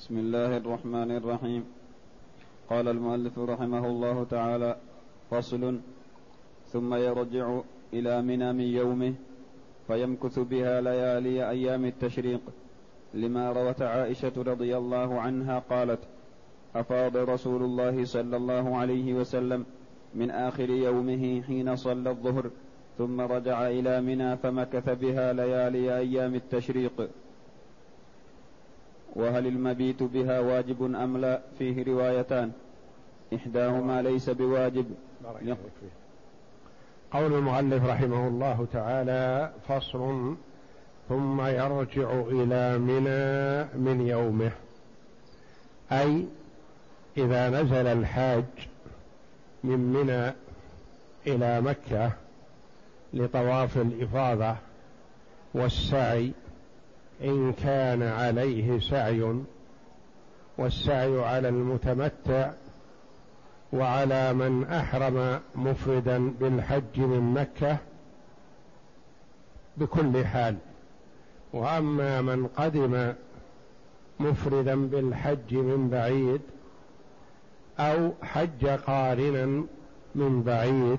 بسم الله الرحمن الرحيم. قال المؤلف رحمه الله تعالى: فصل. ثم يرجع إلى منى من يومه فيمكث بها ليالي أيام التشريق، لما روت عائشة رضي الله عنها قالت: أفاض رسول الله صلى الله عليه وسلم من آخر يومه حين صلى الظهر، ثم رجع إلى منى فمكث بها ليالي أيام التشريق. وهل المبيت بها واجب أم لا؟ فيه روايتان، إحداهما ليس بواجب. قول المؤلف رحمه الله تعالى: فصل. ثم يرجع إلى منى من يومه، أي إذا نزل الحاج من منى إلى مكة لطواف الإفاضة والسعي، إن كان عليه سعي، والسعي على المتمتع وعلى من أحرم مفردا بالحج من مكة بكل حال. وأما من قدم مفردا بالحج من بعيد أو حج قارنا من بعيد،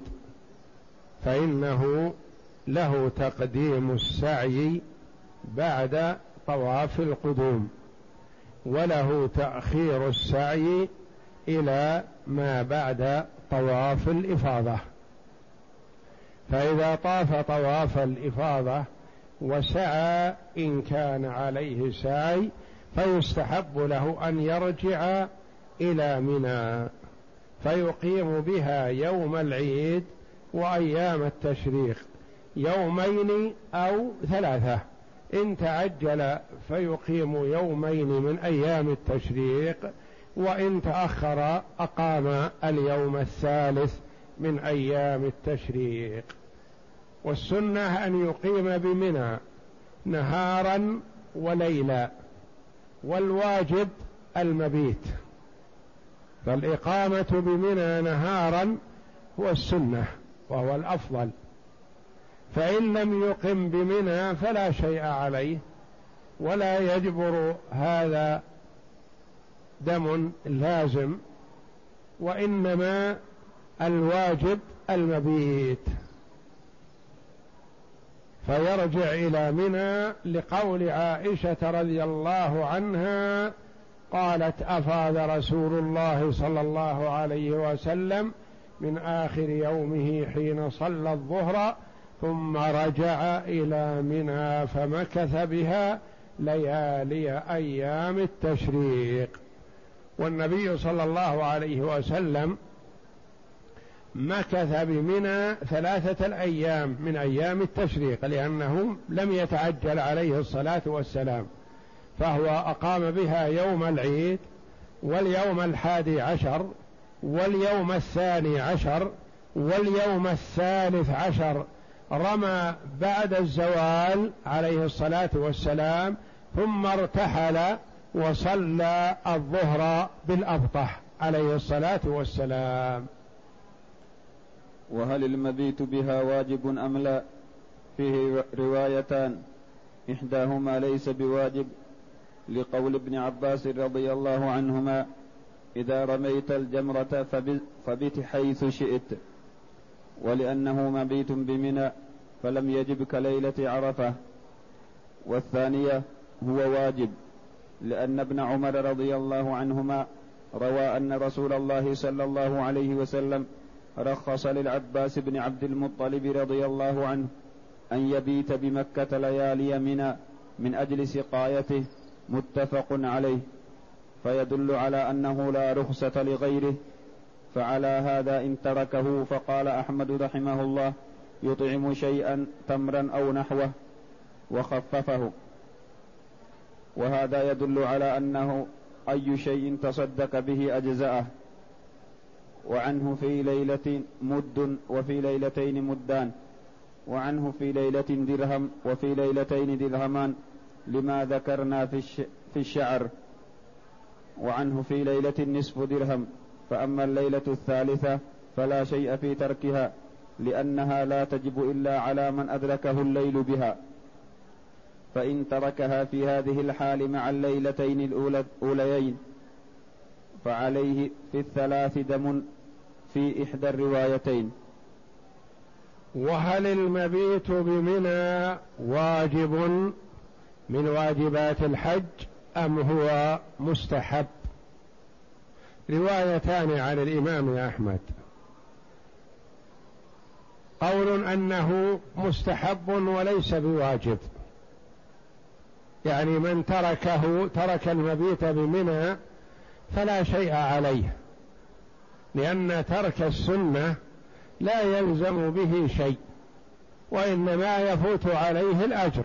فإنه له تقديم السعي بعد طواف القدوم، وله تأخير السعي إلى ما بعد طواف الإفاضة. فإذا طاف طواف الإفاضة وسعى إن كان عليه سعي، فيستحب له أن يرجع إلى منى فيقيم بها يوم العيد وأيام التشريق، يومين أو ثلاثة. إن تعجل فيقيم يومين من أيام التشريق، وإن تأخر أقام اليوم الثالث من أيام التشريق. والسنة أن يقيم بمنى نهارا وليلا، والواجب المبيت، فالإقامة بمنى نهارا هو السنة وهو الأفضل. فإن لم يقم بمنى فلا شيء عليه، ولا يجبر هذا دم لازم، وإنما الواجب المبيت. فيرجع إلى منى لقول عائشة رضي الله عنها قالت: أفاض رسول الله صلى الله عليه وسلم من آخر يومه حين صلى الظهر، ثم رجع إلى منى فمكث بها ليالي أيام التشريق. والنبي صلى الله عليه وسلم مكث بمنى 3 أيام من أيام التشريق، لأنه لم يتعجل عليه الصلاة والسلام، فهو أقام بها يوم العيد واليوم 11 واليوم 12 واليوم 13، رمى بعد الزوال عليه الصلاة والسلام، ثم ارتحل وصلى الظهر بالأبطح عليه الصلاة والسلام. وهل المبيت بها واجب أم لا؟ فيه روايتان، إحداهما ليس بواجب، لقول ابن عباس رضي الله عنهما: إذا رميت الجمرة فبت حيث شئت، ولأنه مبيت بمنى فلم يجب كليلة عرفة. والثانية هو واجب، لأن ابن عمر رضي الله عنهما روى أن رسول الله صلى الله عليه وسلم رخص للعباس بن عبد المطلب رضي الله عنه أن يبيت بمكة ليالي منى من أجل سقايته، متفق عليه، فيدل على أنه لا رخصة لغيره. فعلى هذا إن تركه فقال أحمد رحمه الله: يطعم شيئا تمرا أو نحوه، وخففه. وهذا يدل على أنه أي شيء تصدق به أجزأه. وعنه في ليلة مد وفي ليلتين مدان، وعنه في ليلة درهم وفي ليلتين درهمان، لما ذكرنا في الشعر. وعنه في ليلة نصف درهم، فأما الليلة الثالثة فلا شيء في تركها، لأنها لا تجب إلا على من أدركه الليل بها. فإن تركها في هذه الحال مع الليلتين الأوليين فعليه في الثلاث دم في إحدى الروايتين. وهل المبيت بمنى واجب من واجبات الحج أم هو مستحب؟ روايتان عن الإمام أحمد، قول أنه مستحب وليس بواجب، يعني من ترك المبيت بمنى فلا شيء عليه، لأن ترك السنة لا يلزم به شيء وإنما يفوت عليه الأجر.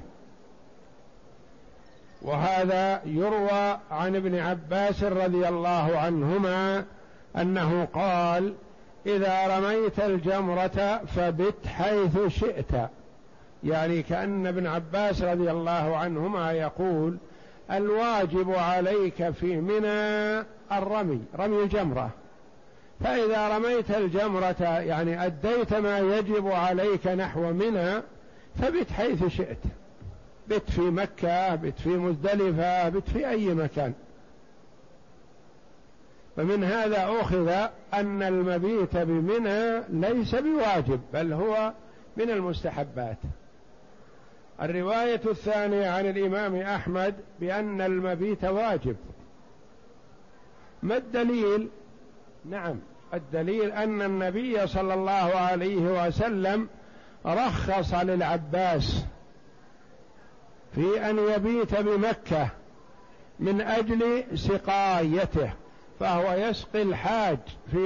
وهذا يروى عن ابن عباس رضي الله عنهما أنه قال: إذا رميت الجمرة فبت حيث شئت، يعني كأن ابن عباس رضي الله عنهما يقول: الواجب عليك في منى رمي الجمرة، فإذا رميت الجمرة يعني أديت ما يجب عليك نحو منى فبت حيث شئت، بت في مكة، بت في مزدلفة، بت في أي مكان. فمن هذا أخذ أن المبيت بمنى ليس بواجب بل هو من المستحبات. الرواية الثانية عن الإمام أحمد بأن المبيت واجب. ما الدليل؟ نعم، الدليل أن النبي صلى الله عليه وسلم رخص للعباس في أن يبيت بمكة من أجل سقايته، فهو يسقي الحاج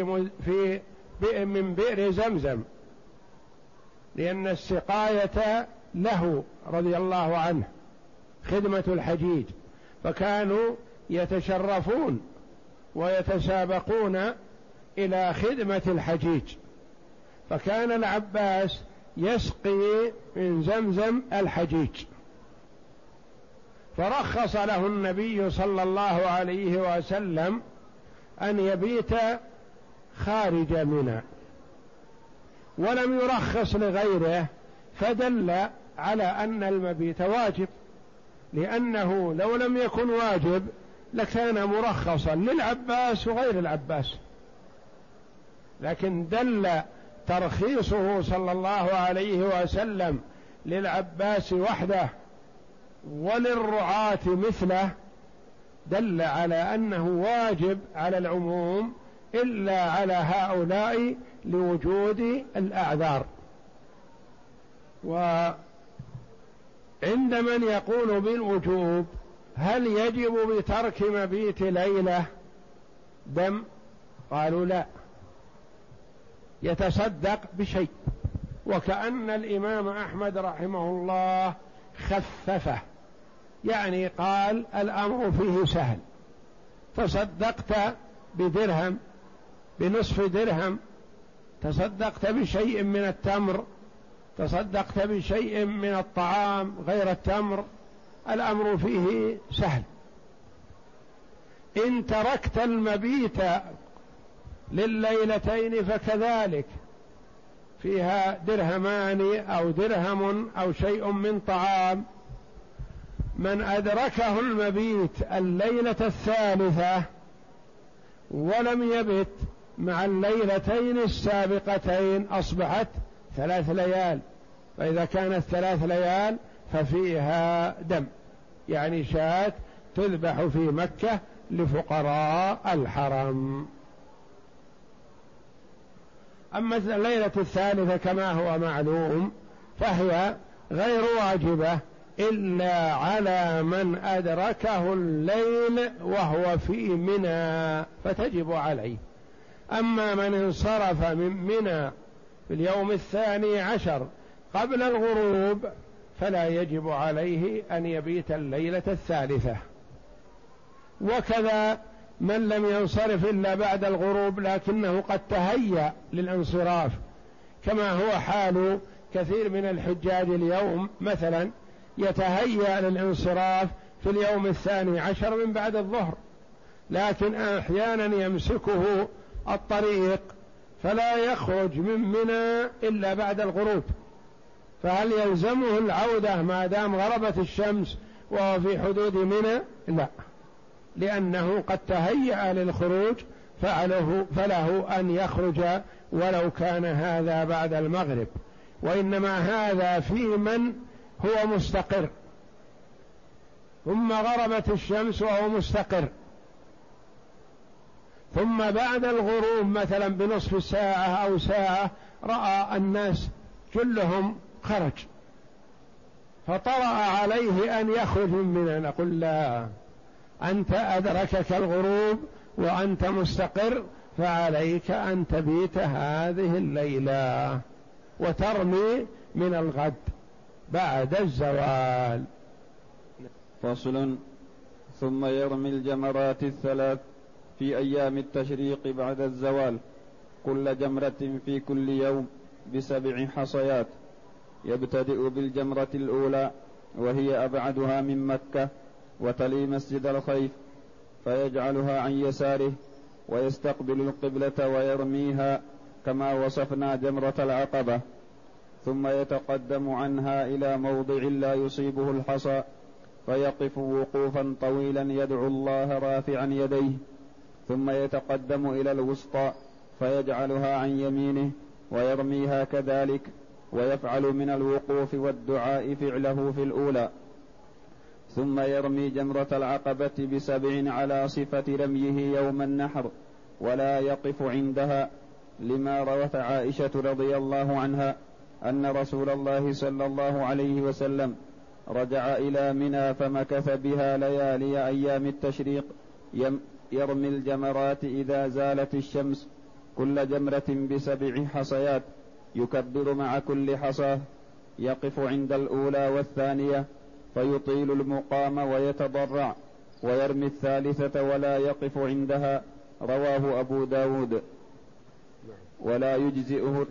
من بئر زمزم، لأن السقاية له رضي الله عنه خدمة الحجيج، فكانوا يتشرفون ويتسابقون إلى خدمة الحجيج، فكان العباس يسقي من زمزم الحجيج، فرخص له النبي صلى الله عليه وسلم أن يبيت خارج منى، ولم يرخص لغيره، فدل على أن المبيت واجب، لأنه لو لم يكن واجب لكان مرخصا للعباس وغير العباس، لكن دل ترخيصه صلى الله عليه وسلم للعباس وحده وللرعاة مثله دل على أنه واجب على العموم إلا على هؤلاء لوجود الأعذار. وعند من يقول بالوجوب هل يجب بترك مبيت ليلة دم؟ قالوا لا، يتصدق بشيء، وكأن الإمام أحمد رحمه الله خففه، يعني قال الأمر فيه سهل، تصدقت بدرهم، بنصف درهم، تصدقت بشيء من التمر، تصدقت بشيء من الطعام غير التمر، الأمر فيه سهل. إن تركت المبيت لليلتين فكذلك، فيها درهمان أو درهم أو شيء من طعام، من أدركه المبيت الليلة الثالثة ولم يبت مع الليلتين السابقتين أصبحت 3 ليال، فإذا كانت 3 ليال ففيها دم، يعني شاة تذبح في مكة لفقراء الحرم. أما الليلة الثالثة كما هو معلوم فهي غير واجبة إلا على من أدركه الليل وهو في منى فتجب عليه. أما من انصرف من منى في اليوم 12 قبل الغروب فلا يجب عليه أن يبيت الليلة الثالثة. وكذا من لم ينصرف إلا بعد الغروب لكنه قد تهيأ للانصراف، كما هو حال كثير من الحجاج اليوم، مثلا يتهيأ للانصراف في اليوم 12 من بعد الظهر، لكن أحيانا يمسكه الطريق فلا يخرج من منى إلا بعد الغروب، فهل يلزمه العودة ما دام غربت الشمس وهو في حدود منى؟ لا، لأنه قد تهيأ للخروج فله أن يخرج ولو كان هذا بعد المغرب، وإنما هذا في من هو مستقر ثم غربت الشمس وهو مستقر، ثم بعد الغروب مثلا بنصف ساعة أو ساعة رأى الناس كلهم خرج فطرأ عليه أن يخرج من منى، نقول لا، أنت أدركك الغروب وأنت مستقر، فعليك أن تبيت هذه الليلة وترمي من الغد بعد الزوال. فصل. ثم يرمي الجمرات الثلاث في أيام التشريق بعد الزوال، كل جمرة في كل يوم ب7 حصيات، يبتدئ بالجمرة الأولى وهي أبعدها من مكة وتلي مسجد الخيف، فيجعلها عن يساره ويستقبل القبلة ويرميها كما وصفنا جمرة العقبة، ثم يتقدم عنها إلى موضع لا يصيبه الحصى فيقف وقوفا طويلا يدعو الله رافعا يديه، ثم يتقدم إلى الوسطى فيجعلها عن يمينه ويرميها كذلك، ويفعل من الوقوف والدعاء فعله في الأولى، ثم يرمي جمرة العقبة ب7 على صفة رميه يوم النحر ولا يقف عندها، لما روت عائشة رضي الله عنها أن رسول الله صلى الله عليه وسلم رجع إلى منى فمكث بها ليالي أيام التشريق يرمي الجمرات إذا زالت الشمس، كل جمرة ب7 حصيات، يكبر مع كل حصاه، يقف عند الأولى والثانية فيطيل المقام ويتضرع، ويرمي الثالثة ولا يقف عندها، رواه أبو داود. ولا يجزئه.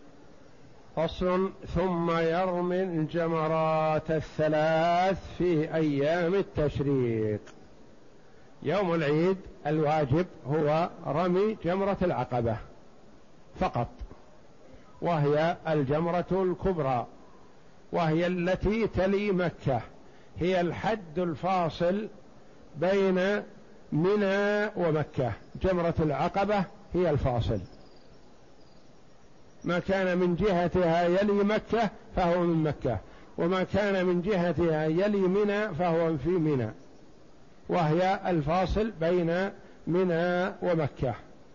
فصل. ثم يرمي الجمرات الثلاث في أيام التشريق. يوم العيد الواجب هو رمي جمرة العقبة فقط، وهي الجمرة الكبرى، وهي التي تلي مكة، هي الحد الفاصل بين منى ومكة. جمرة العقبة هي الفاصل، ما كان من جهتها يلي مكة فهو من مكة، وما كان من جهتها يلي منى فهو في منى، وهي الفاصل بين منى ومكة.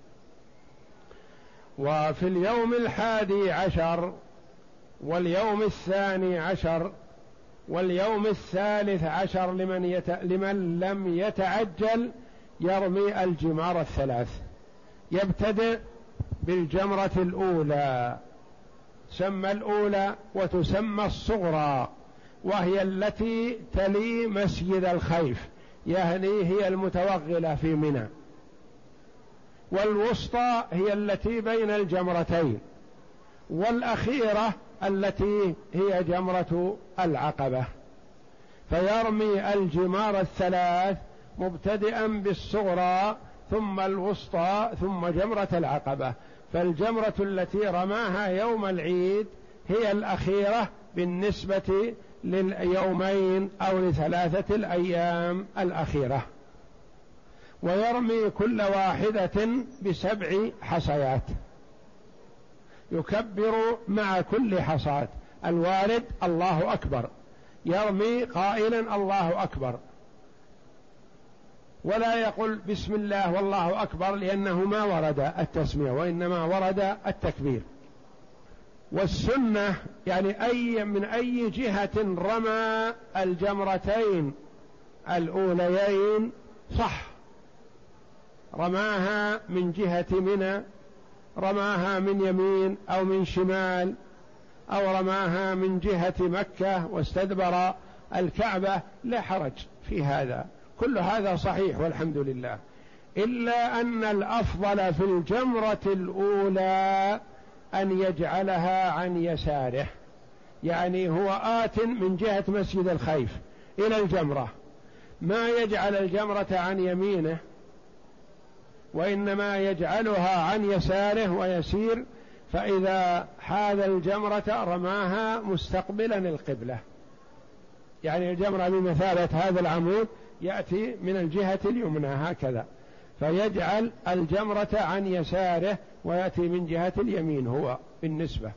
وفي اليوم 11 واليوم 12 واليوم 13 لمن لم يتعجل يرمي الجمار الثلاث. يبتدئ بالجمرة الأولى، تسمى الأولى وتسمى الصغرى، وهي التي تلي مسجد الخيف، يعني هي المتوغلة في منى. والوسطى هي التي بين الجمرتين، والأخيرة التي هي جمرة العقبة. فيرمي الجمار الثلاث مبتدئا بالصغرى ثم الوسطى ثم جمرة العقبة. فالجمرة التي رماها يوم العيد هي الأخيرة بالنسبة لليومين أو ل3 الأيام الأخيرة. ويرمي كل واحدة ب7 حصيات، يكبر مع كل حصاة. الوارد الله أكبر، يرمي قائلا الله أكبر، ولا يقول بسم الله والله أكبر، لأنه ما ورد التسمية وإنما ورد التكبير. والسنة يعني من أي جهة رمى الجمرتين الأوليين صح، رماها من جهة منى، رماها من يمين أو من شمال، أو رماها من جهة مكة واستدبر الكعبة، لا حرج في هذا، كل هذا صحيح والحمد لله. إلا أن الأفضل في الجمرة الأولى أن يجعلها عن يساره، يعني هو آت من جهة مسجد الخيف إلى الجمرة، ما يجعل الجمرة عن يمينه، وإنما يجعلها عن يساره ويسير فإذا حاذ الجمرة رماها مستقبلا القبلة، يعني الجمرة بمثابة هذا العمود يأتي من الجهة اليمنى هكذا، فيجعل الجمرة عن يساره ويأتي من جهة اليمين هو بالنسبة.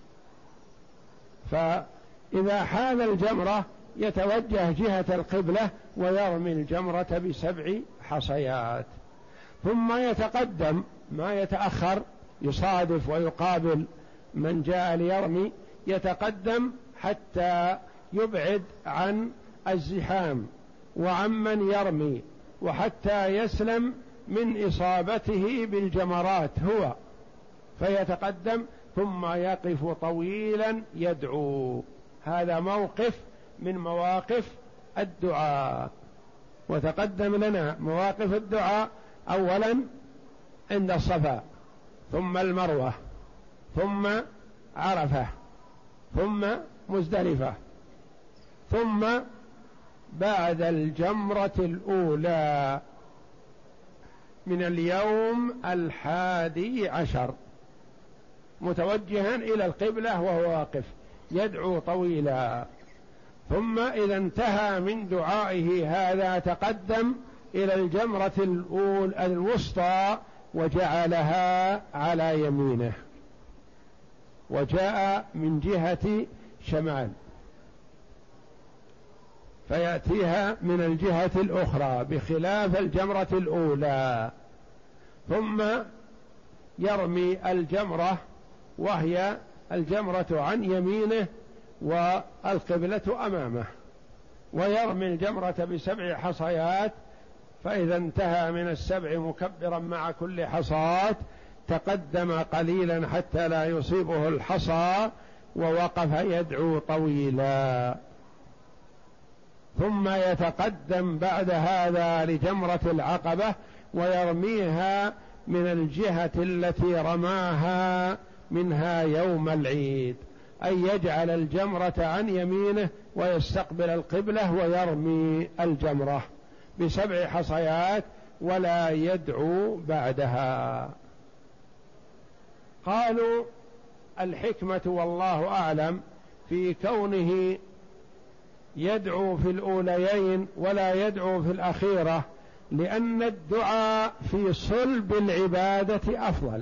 فإذا حاذ الجمرة يتوجه جهة القبلة ويرمي الجمرة ب7 حصيات، ثم يتقدم ما يتأخر، يصادف ويقابل من جاء ليرمي، يتقدم حتى يبعد عن الزحام وعمن يرمي، وحتى يسلم من إصابته بالجمرات هو، فيتقدم ثم يقف طويلا يدعو. هذا موقف من مواقف الدعاء. وتقدم لنا مواقف الدعاء: أولا عند الصفا، ثم المروة، ثم عرفة، ثم مزدلفة، ثم بعد الجمرة الأولى من اليوم 11 متوجها إلى القبلة وهو واقف يدعو طويلا. ثم إذا انتهى من دعائه هذا تقدم إلى الجمرة الأولى الوسطى وجعلها على يمينه، وجاء من جهة شمال فيأتيها من الجهة الأخرى بخلاف الجمرة الأولى، ثم يرمي الجمرة وهي الجمرة عن يمينه والقبلة أمامه، ويرمي الجمرة ب7 حصيات. فإذا انتهى من ال7 مكبرا مع كل حصاة تقدم قليلا حتى لا يصيبه الحصى ووقف يدعو طويلا، ثم يتقدم بعد هذا لجمرة العقبة ويرميها من الجهة التي رماها منها يوم العيد، أي يجعل الجمرة عن يمينه ويستقبل القبلة ويرمي الجمرة ب7 حصيات ولا يدعو بعدها. قالوا الحكمة والله أعلم في كونه يدعو في الأوليين ولا يدعو في الأخيرة، لأن الدعاء في صلب العبادة أفضل.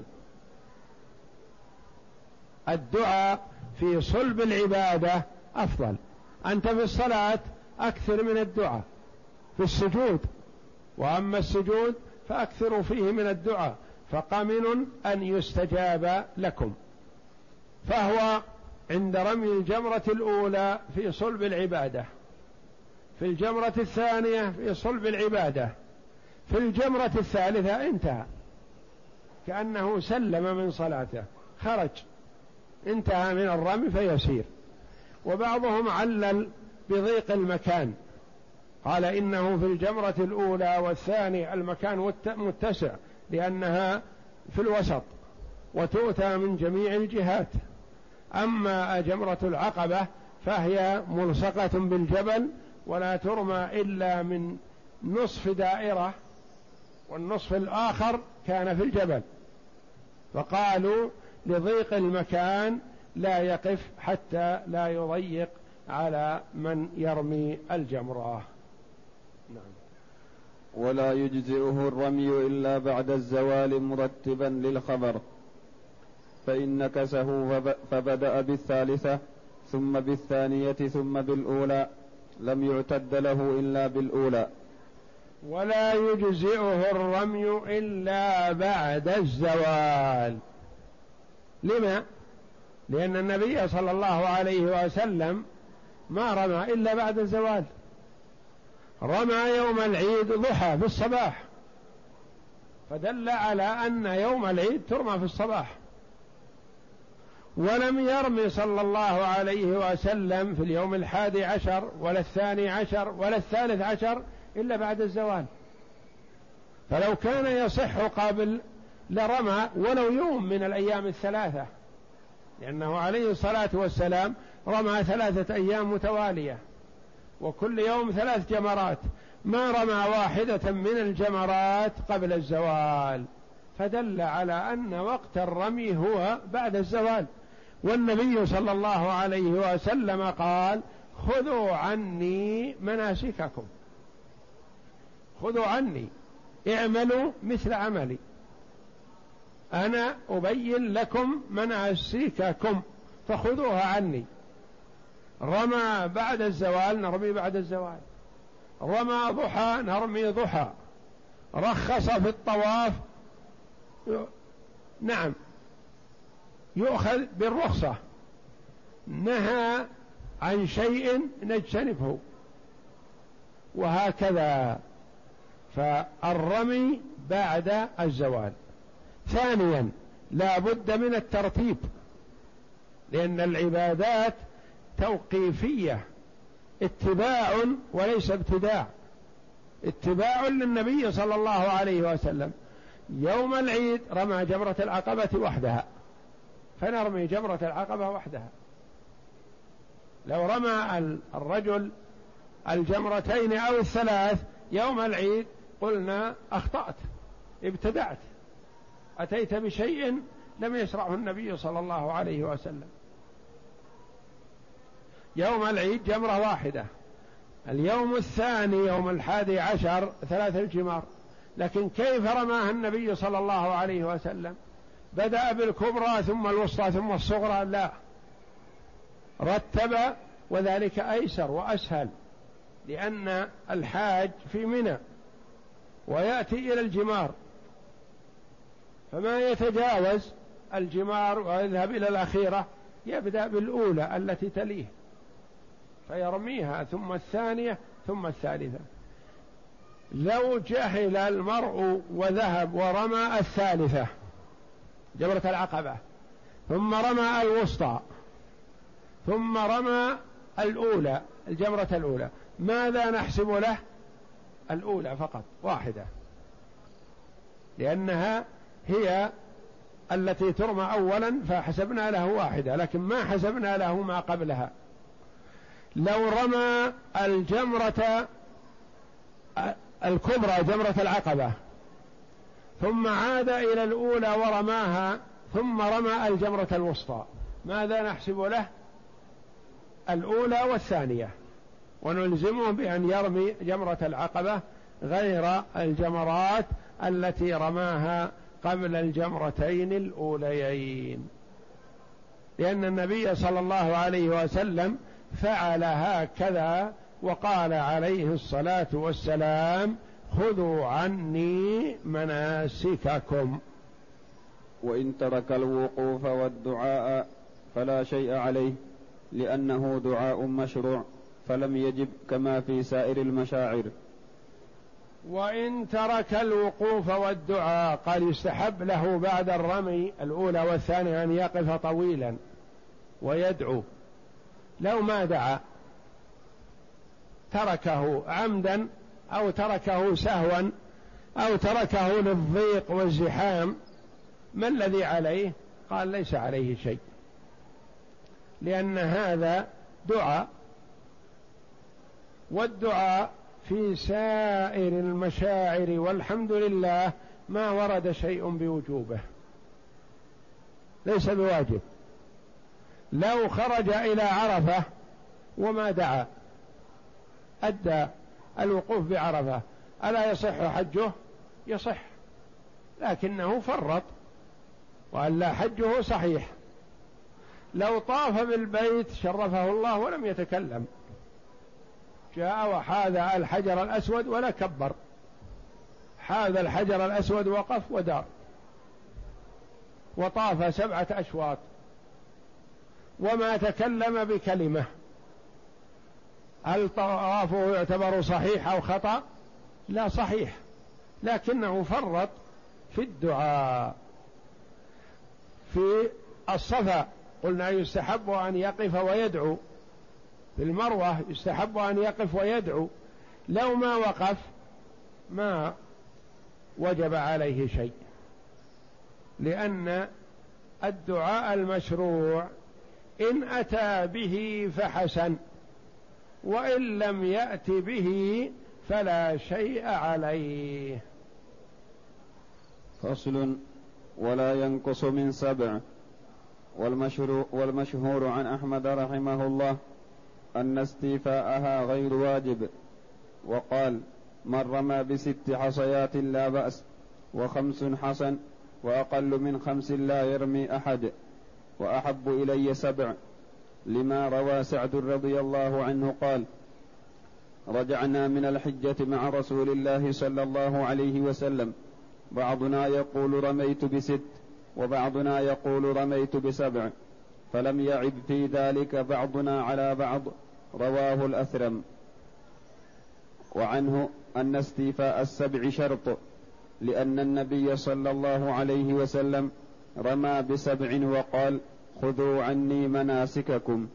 الدعاء في صلب العبادة أفضل. أنت في الصلاة أكثر من الدعاء في السجود، وأما السجود فأكثروا فيه من الدعاء، فقمن أن يستجاب لكم. فهو عند رمي الجمرة الأولى في صلب العبادة، في الجمرة الثانية في صلب العبادة، في الجمرة الثالثة انتهى، كأنه سلم من صلاته، خرج انتهى من الرمي فيسير. وبعضهم علل بضيق المكان، قال إنه في الجمرة الأولى والثانية المكان متسع لأنها في الوسط وتؤتى من جميع الجهات، أما جمرة العقبة فهي ملصقة بالجبل ولا ترمى إلا من نصف دائرة، والنصف الآخر كان في الجبل، فقالوا لضيق المكان لا يقف حتى لا يضيق على من يرمي الجمرة. نعم. ولا يجزئه الرمي إلا بعد الزوال مرتبا للخبر، فإن نكسه فبدأ بالثالثة ثم بالثانية ثم بالأولى لم يعتد له إلا بالأولى. ولا يجزئه الرمي إلا بعد الزوال. لما؟ لأن النبي صلى الله عليه وسلم ما رمى إلا بعد الزوال، رمى يوم العيد ضحى في الصباح، فدل على أن يوم العيد ترمى في الصباح. ولم يرمي صلى الله عليه وسلم في اليوم 11 ولا 12 ولا 13 إلا بعد الزوال، فلو كان يصح قبل لرمى ولو يوم من الأيام 3، لأنه عليه الصلاة والسلام رمى 3 أيام متوالية وكل يوم 3 جمرات، ما رمى واحدة من الجمرات قبل الزوال، فدل على أن وقت الرمي هو بعد الزوال. والنبي صلى الله عليه وسلم قال: خذوا عني مناسككم، خذوا عني، اعملوا مثل عملي، أنا أبين لكم مناسككم فخذوها عني. رمى بعد الزوال نرمي بعد الزوال، رمى ضحى نرمي ضحى، رخص في الطواف نعم يؤخذ بالرخصة، نهى عن شيء نجتنبه، وهكذا. فالرمي بعد الزوال. ثانيا لا بد من الترتيب، لأن العبادات توقيفية، اتباع وليس ابتداع، اتباع للنبي صلى الله عليه وسلم. يوم العيد رمى جمرة العقبة وحدها، فنرمي جمرة العقبة وحدها. لو رمى الرجل الجمرتين أو الثلاث يوم العيد قلنا أخطأت، ابتدعت، أتيت بشيء لم يشرعه النبي صلى الله عليه وسلم. يوم العيد جمرة واحدة، اليوم الثاني يوم 11 3 الجمار، لكن كيف رماها النبي صلى الله عليه وسلم؟ بدأ بالكبرى ثم الوسطى ثم الصغرى؟ لا، رتب، وذلك أيسر وأسهل، لأن الحاج في منى ويأتي إلى الجمار، فما يتجاوز الجمار ويذهب إلى الأخيرة، يبدأ بالأولى التي تليه فيرميها، ثم الثانية ثم الثالثة. لو جهل المرء وذهب ورمى الثالثة جمرة العقبة، ثم رمى الوسطى، ثم رمى الأولى الجمرة الأولى، ماذا نحسب له؟ الأولى فقط واحدة، لأنها هي التي ترمى أولا، فحسبنا له واحدة، لكن ما حسبنا له ما قبلها. لو رمى الجمرة الكبرى جمرة العقبة ثم عاد إلى الأولى ورماها، ثم رمى الجمرة الوسطى، ماذا نحسب له؟ الأولى والثانية، ونلزمه بأن يرمي جمرة العقبة غير الجمرات التي رماها قبل الجمرتين الأوليين، لأن النبي صلى الله عليه وسلم فعل هكذا، وقال عليه الصلاة والسلام: خذوا عني مناسككم. وإن ترك الوقوف والدعاء فلا شيء عليه، لأنه دعاء مشروع فلم يجب كما في سائر المشاعر. وإن ترك الوقوف والدعاء، قال يستحب له بعد الرمي الأولى والثانية أن يقف طويلا ويدعو. لو ما دعا، تركه عمدا أو تركه سهوا أو تركه للضيق والزحام، ما الذي عليه؟ قال ليس عليه شيء، لأن هذا دعاء، والدعاء في سائر المشاعر والحمد لله ما ورد شيء بوجوبه، ليس بواجب. لو خرج إلى عرفة وما دعا أدى الوقوف بعرفة، ألا يصح حجه؟ يصح، لكنه فرط وألا حجه صحيح. لو طاف بالبيت شرفه الله ولم يتكلم، جاء وحاذ الحجر الأسود ولا كبر، حاذ الحجر الأسود وقف ودار، وطاف 7 أشواط وما تكلم بكلمة، هل طوافه يعتبر صحيح أو خطأ؟ لا، صحيح، لكنه فرط في الدعاء. في الصفا قلنا يستحب أن يقف ويدعو، في المروة يستحب أن يقف ويدعو، لو ما وقف ما وجب عليه شيء، لأن الدعاء المشروع إن أتى به فحسن، وإن لم يأت به فلا شيء عليه. فصل: ولا ينقص من 7. والمشهور عن أحمد رحمه الله أن استيفاءها غير واجب، وقال: من رمى ب6 حصيات لا بأس، و5 حسن، وأقل من 5 لا يرمي أحد، وأحب إلي 7، لما روى سعد رضي الله عنه قال: رجعنا من الحجة مع رسول الله صلى الله عليه وسلم، بعضنا يقول رميت ب6، وبعضنا يقول رميت ب7، فلم يعب في ذلك بعضنا على بعض، رواه الأثرم. وعنه أن استيفاء 7 شرط، لأن النبي صلى الله عليه وسلم رمى ب7 وقال: خذوا عني مناسككم.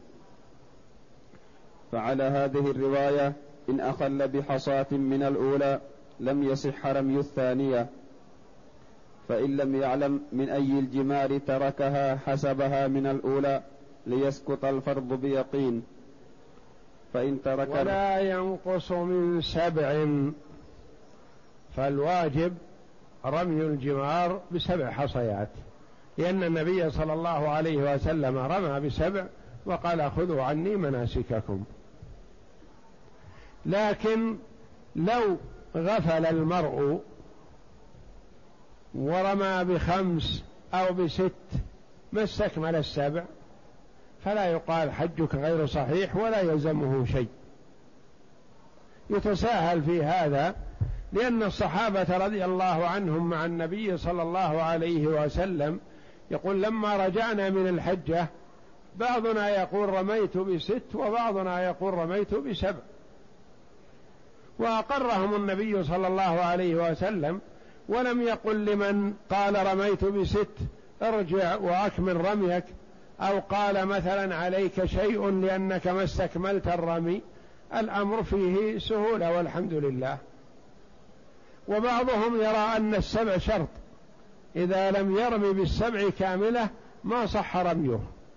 فعلى هذه الرواية إن أخل بحصاة من الأولى لم يصح رمي الثانية، فإن لم يعلم من أي الجمار تركها حسبها من الأولى ليسقط الفرض بيقين. فإن ترك ولا ينقص من 7، فالواجب رمي الجمار ب7 حصيات، لأن النبي صلى الله عليه وسلم رمى ب7 وقال: خذوا عني مناسككم. لكن لو غفل المرء ورمى ب5 أو ب6 ما استكمل 7، فلا يقال حجك غير صحيح ولا يلزمه شيء. يتساهل في هذا، لأن الصحابة رضي الله عنهم مع النبي صلى الله عليه وسلم يقول: لما رجعنا من الحجة بعضنا يقول رميت ب6 وبعضنا يقول رميت ب7، وأقرهم النبي صلى الله عليه وسلم، ولم يقل لمن قال رميت ب6 ارجع وأكمل رميك، أو قال مثلا عليك شيء لأنك ما استكملت الرمي. الأمر فيه سهولة والحمد لله. وبعضهم يرى أن 7 شرط، إذا لم يرمي ب7 كاملة ما صح رميه،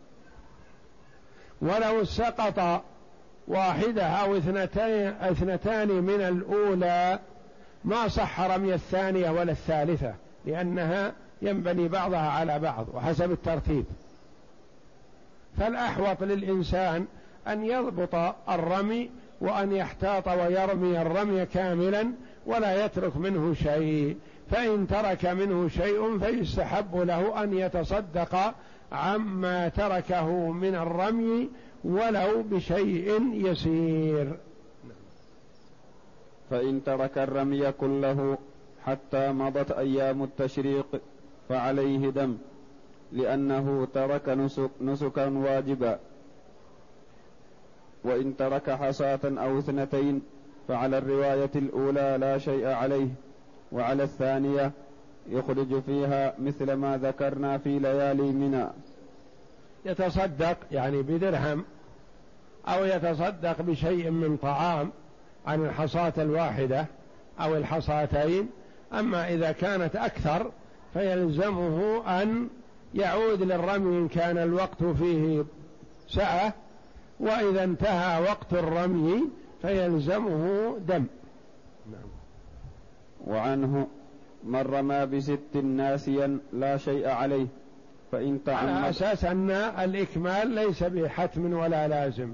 ولو سقط 1 أو 2 من الأولى ما صح رمي الثانية ولا الثالثة، لأنها ينبني بعضها على بعض وحسب الترتيب. فالأحوط للإنسان أن يضبط الرمي وأن يحتاط ويرمي الرمي كاملا ولا يترك منه شيء. فإن ترك منه شيء فيستحب له أن يتصدق عما تركه من الرمي ولو بشيء يسير. فإن ترك الرمي كله حتى مضت أيام التشريق فعليه دم، لأنه ترك نسكا واجبا. وإن ترك حصاة أو 2 فعلى الرواية الأولى لا شيء عليه، وعلى الثانية يخرج فيها مثل ما ذكرنا في ليالي منى. يتصدق يعني بدرهم، أو يتصدق بشيء من طعام عن الحصاة 1 أو الحصاتين. أما إذا كانت أكثر فيلزمه أن يعود للرمي إن كان الوقت فيه سعة، وإذا انتهى وقت الرمي فيلزمه دم. وعنه: من رمى ب6 ناسيا لا شيء عليه، فإن تعمد، على أساس أن الإكمال ليس بحتم ولا لازم.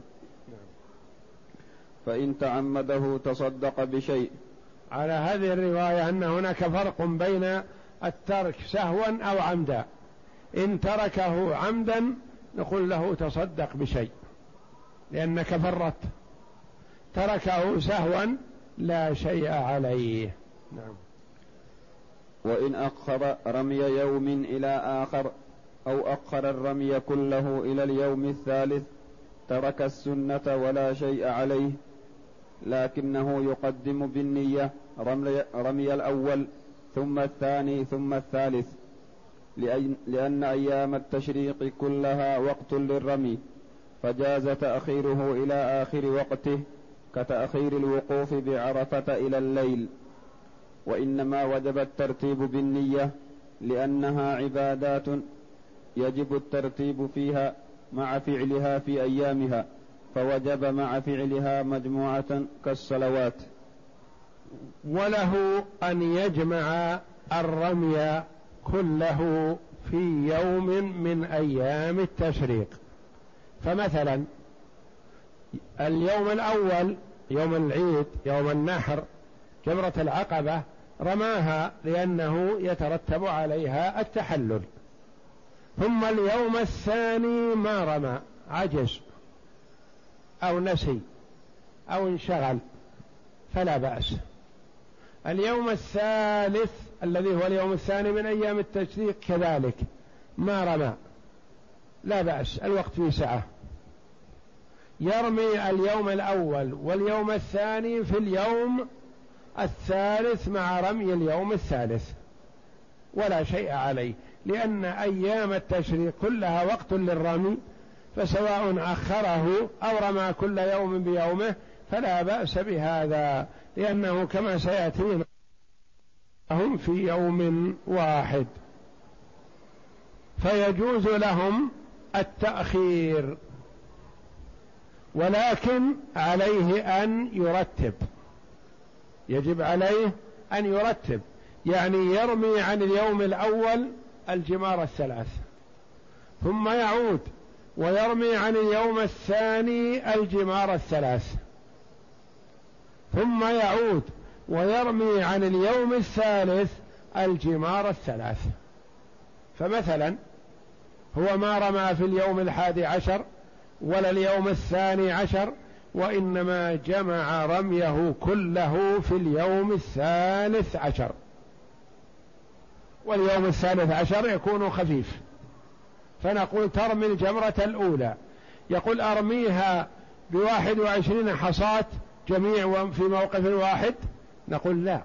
فإن تعمده تصدق بشيء. على هذه الرواية أن هناك فرق بين الترك سهوا أو عمدا. إن تركه عمدا نقول له تصدق بشيء لأنك فرطت، تركه سهوا لا شيء عليه. نعم. وإن أخر رمي يوم إلى آخر أو أخر الرمي كله إلى اليوم الثالث ترك السنة ولا شيء عليه، لكنه يقدم بالنية رمي الأول ثم الثاني ثم الثالث، لأن أيام التشريق كلها وقت للرمي، فجاز تأخيره إلى آخر وقته كتأخير الوقوف بعرفة إلى الليل. وإنما وجب الترتيب بالنية لأنها عبادات يجب الترتيب فيها مع فعلها في أيامها، فوجب مع فعلها مجموعة كالصلوات. وله أن يجمع الرمي كله في يوم من أيام التشريق. فمثلا اليوم الأول يوم العيد يوم النحر جمرة العقبة رماها لأنه يترتب عليها التحلل، ثم اليوم الثاني ما رمى، عجز أو نسي أو انشغل فلا بأس. اليوم الثالث الذي هو اليوم الثاني من أيام التشريق كذلك ما رمى، لا بأس، الوقت في سعة، يرمي اليوم الأول واليوم الثاني في اليوم الثالث مع رمي اليوم الثالث ولا شيء عليه، لأن أيام التشريق كلها وقت للرمي، فسواء أخره أو رمى كل يوم بيومه فلا بأس بهذا، لأنه كما سيأتينا هم في يوم واحد، فيجوز لهم التأخير، ولكن عليه أن يرتب، يجب عليه أن يرتب، يعني يرمي عن اليوم الأول الجمار الثلاث، ثم يعود ويرمي عن اليوم الثاني الجمار الثلاث، ثم يعود ويرمي عن اليوم الثالث الجمار الثلاث. فمثلا هو ما رمى في اليوم 11 ولا اليوم 12، وإنما جمع رميه كله في اليوم 13، واليوم 13 يكون خفيف، فنقول ترمي الجمرة الأولى، يقول أرميها ب21 حصاة جميع في موقف واحد، نقول لا،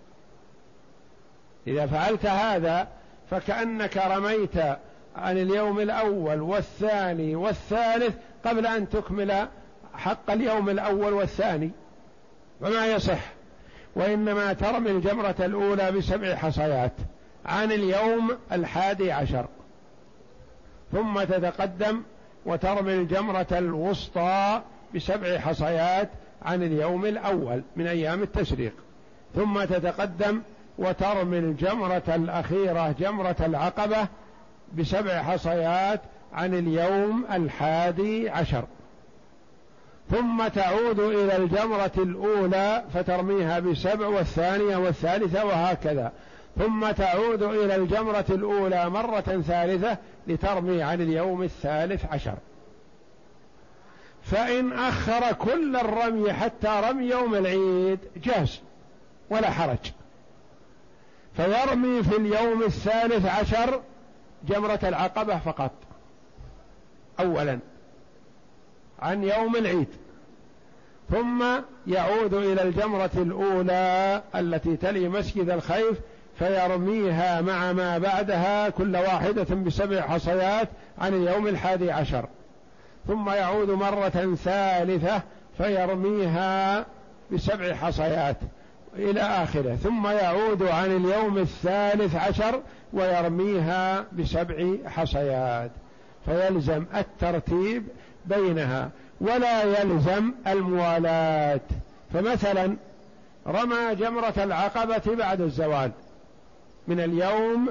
إذا فعلت هذا فكأنك رميت عن اليوم الأول والثاني والثالث قبل أن تكمل حق اليوم الأول والثاني، وما يصح، وإنما ترمي الجمرة الأولى ب7 حصيات عن اليوم 11، ثم تتقدم وترمي الجمرة الوسطى ب7 حصيات عن اليوم الأول من أيام التشريق، ثم تتقدم وترمي الجمرة الأخيرة جمرة العقبة ب7 حصيات عن اليوم 11، ثم تعود إلى الجمرة الأولى فترميها ب7 والثانية والثالثة وهكذا، ثم تعود إلى الجمرة الأولى مرة ثالثة لترمي عن اليوم 13. فإن أخر كل الرمي حتى رمي يوم العيد جاز ولا حرج، فيرمي في اليوم 13 جمرة العقبة فقط أولا عن يوم العيد، ثم يعود إلى الجمرة الأولى التي تلي مسجد الخيف فيرميها مع ما بعدها كل واحدة ب7 حصيات عن اليوم 11، ثم يعود مرة ثالثة فيرميها ب7 حصيات إلى آخره، ثم يعود عن اليوم 13 ويرميها ب7 حصيات، فيلزم الترتيب بينها ولا يلزم الموالاة. فمثلا رمى جمرة العقبة بعد الزوال من اليوم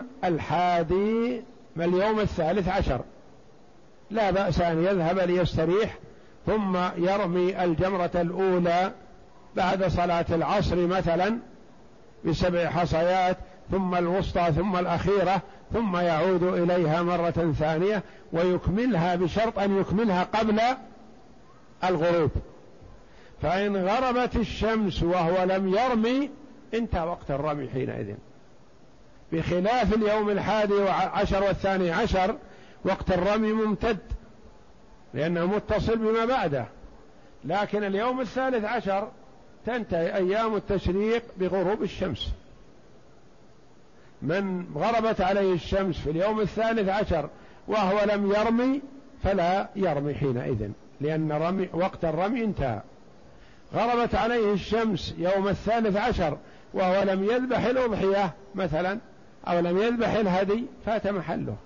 13، لا بأس أن يذهب ليستريح ثم يرمي الجمرة الأولى بعد صلاة العصر مثلا ب7 حصيات، ثم الوسطى ثم الأخيرة، ثم يعود إليها مرة ثانية ويكملها بشرط أن يكملها قبل الغروب، فإن غربت الشمس وهو لم يرمي انتهى وقت الرمي حينئذ، بخلاف اليوم 11 و12 وقت الرمي ممتد لأنه متصل بما بعده، لكن اليوم 13 تنتهي أيام التشريق بغروب الشمس. من غربت عليه الشمس في اليوم 13 وهو لم يرمي فلا يرمي حينئذ، لأن وقت الرمي انتهى. غربت عليه الشمس يوم 13 وهو لم يذبح الأضحية مثلا أو لم يذبح الهدي فات محله.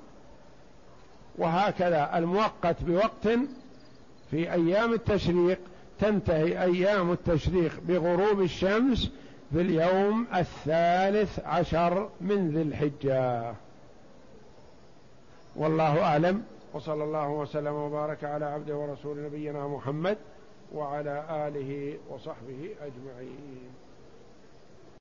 وهكذا المؤقت بوقت في أيام التشريق تنتهي أيام التشريق بغروب الشمس، في اليوم 13 من ذي الحجة. والله أعلم، وصلى الله وسلم وبارك على عبده ورسول نبينا محمد وعلى آله وصحبه أجمعين.